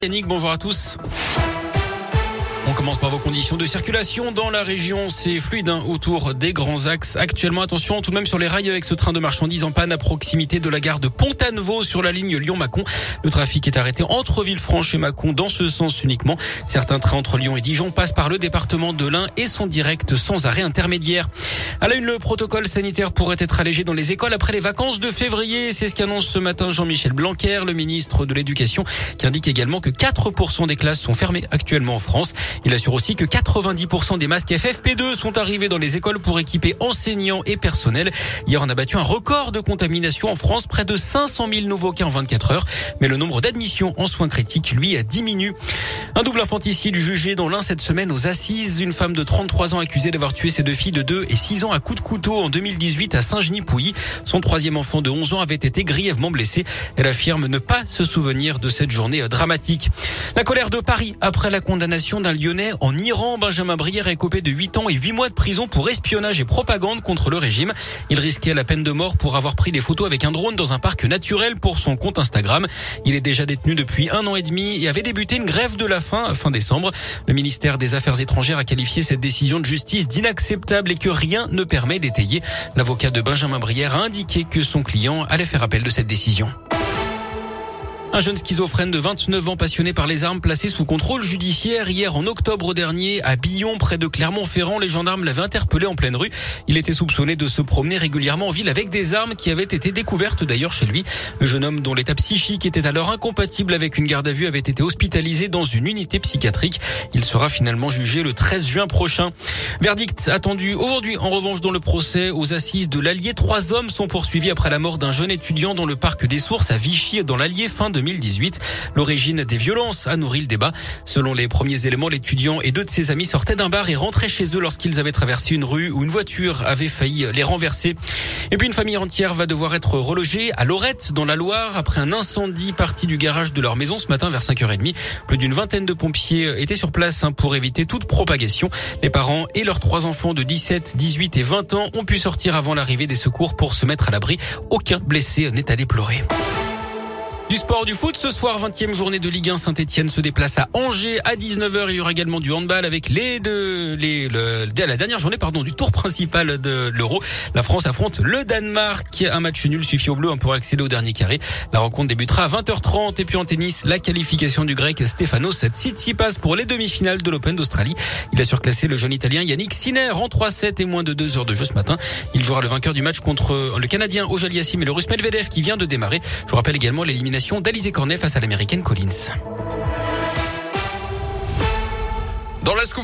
Yannick, bonjour à tous. On commence par vos conditions de circulation dans la région. C'est fluide autour des grands axes. Actuellement, attention tout de même sur les rails avec ce train de marchandises en panne à proximité de la gare de Pont-à-Nevaux sur la ligne Lyon-Mâcon. Le trafic est arrêté entre Villefranche et Mâcon dans ce sens uniquement. Certains trains entre Lyon et Dijon passent par le département de l'Ain et sont directs sans arrêt intermédiaire. À la une, le protocole sanitaire pourrait être allégé dans les écoles après les vacances de février. C'est ce qu'annonce ce matin Jean-Michel Blanquer, le ministre de l'Éducation, qui indique également que 4% des classes sont fermées actuellement en France. Il assure aussi que 90% des masques FFP2 sont arrivés dans les écoles pour équiper enseignants et personnels. Hier, on a battu un record de contamination en France, près de 500 000 nouveaux cas en 24 heures. Mais le nombre d'admissions en soins critiques, lui, diminue. Un double infanticide jugé dans l'Ain cette semaine aux assises. Une femme de 33 ans accusée d'avoir tué ses deux filles de 2 et 6 ans à coups de couteau en 2018 à Saint-Genis-Pouilly. Son troisième enfant de 11 ans avait été grièvement blessé. Elle affirme ne pas se souvenir de cette journée dramatique. La colère de Paris après la condamnation d'un Lyonnais en Iran. Benjamin Brière est copé de 8 ans et 8 mois de prison pour espionnage et propagande contre le régime. Il risquait la peine de mort pour avoir pris des photos avec un drone dans un parc naturel pour son compte Instagram. Il est déjà détenu depuis 1 an et demi et avait débuté une grève de la faim fin décembre. Le ministère des Affaires étrangères a qualifié cette décision de justice d'inacceptable et que rien ne permet d'étayer. L'avocat de Benjamin Brière a indiqué que son client allait faire appel de cette décision. Un jeune schizophrène de 29 ans passionné par les armes placé sous contrôle judiciaire hier en octobre dernier à Billon près de Clermont-Ferrand. Les gendarmes l'avaient interpellé en pleine rue. Il était soupçonné de se promener régulièrement en ville avec des armes qui avaient été découvertes d'ailleurs chez lui. Le jeune homme dont l'état psychique était alors incompatible avec une garde à vue avait été hospitalisé dans une unité psychiatrique. Il sera finalement jugé le 13 juin prochain. Verdict attendu aujourd'hui en revanche dans le procès aux assises de l'Allier. 3 hommes sont poursuivis après la mort d'un jeune étudiant dans le parc des Sources à Vichy dans l'Allier fin 2018. L'origine des violences a nourri le débat. Selon les premiers éléments, l'étudiant et 2 de ses amis sortaient d'un bar et rentraient chez eux lorsqu'ils avaient traversé une rue où une voiture avait failli les renverser. Et puis une famille entière va devoir être relogée à Lorette dans la Loire après un incendie parti du garage de leur maison ce matin vers 5h30. Plus d'une vingtaine de pompiers étaient sur place pour éviter toute propagation. Les parents et leurs 3 enfants de 17, 18 et 20 ans ont pu sortir avant l'arrivée des secours pour se mettre à l'abri. Aucun blessé n'est à déplorer. Du sport, du foot, ce soir, 20e journée de Ligue 1, Saint-Etienne se déplace à Angers à 19h. Il y aura également du handball avec la dernière journée, du tour principal de l'Euro. La France affronte le Danemark. Un match nul suffit aux Bleus pour accéder au dernier carré. La rencontre débutera à 20h30. Et puis en tennis, la qualification du Grec Stefanos Tsitsipas pour les demi-finales de l'Open d'Australie. Il a surclassé le jeune Italien Yannick Sinner en 3-7 et moins de 2 heures de jeu ce matin. Il jouera le vainqueur du match contre le Canadien Auger-Aliassime et le Russe Medvedev qui vient de démarrer. Je vous rappelle également l'élimination d'Alizé Cornet face à l'Américaine Collins.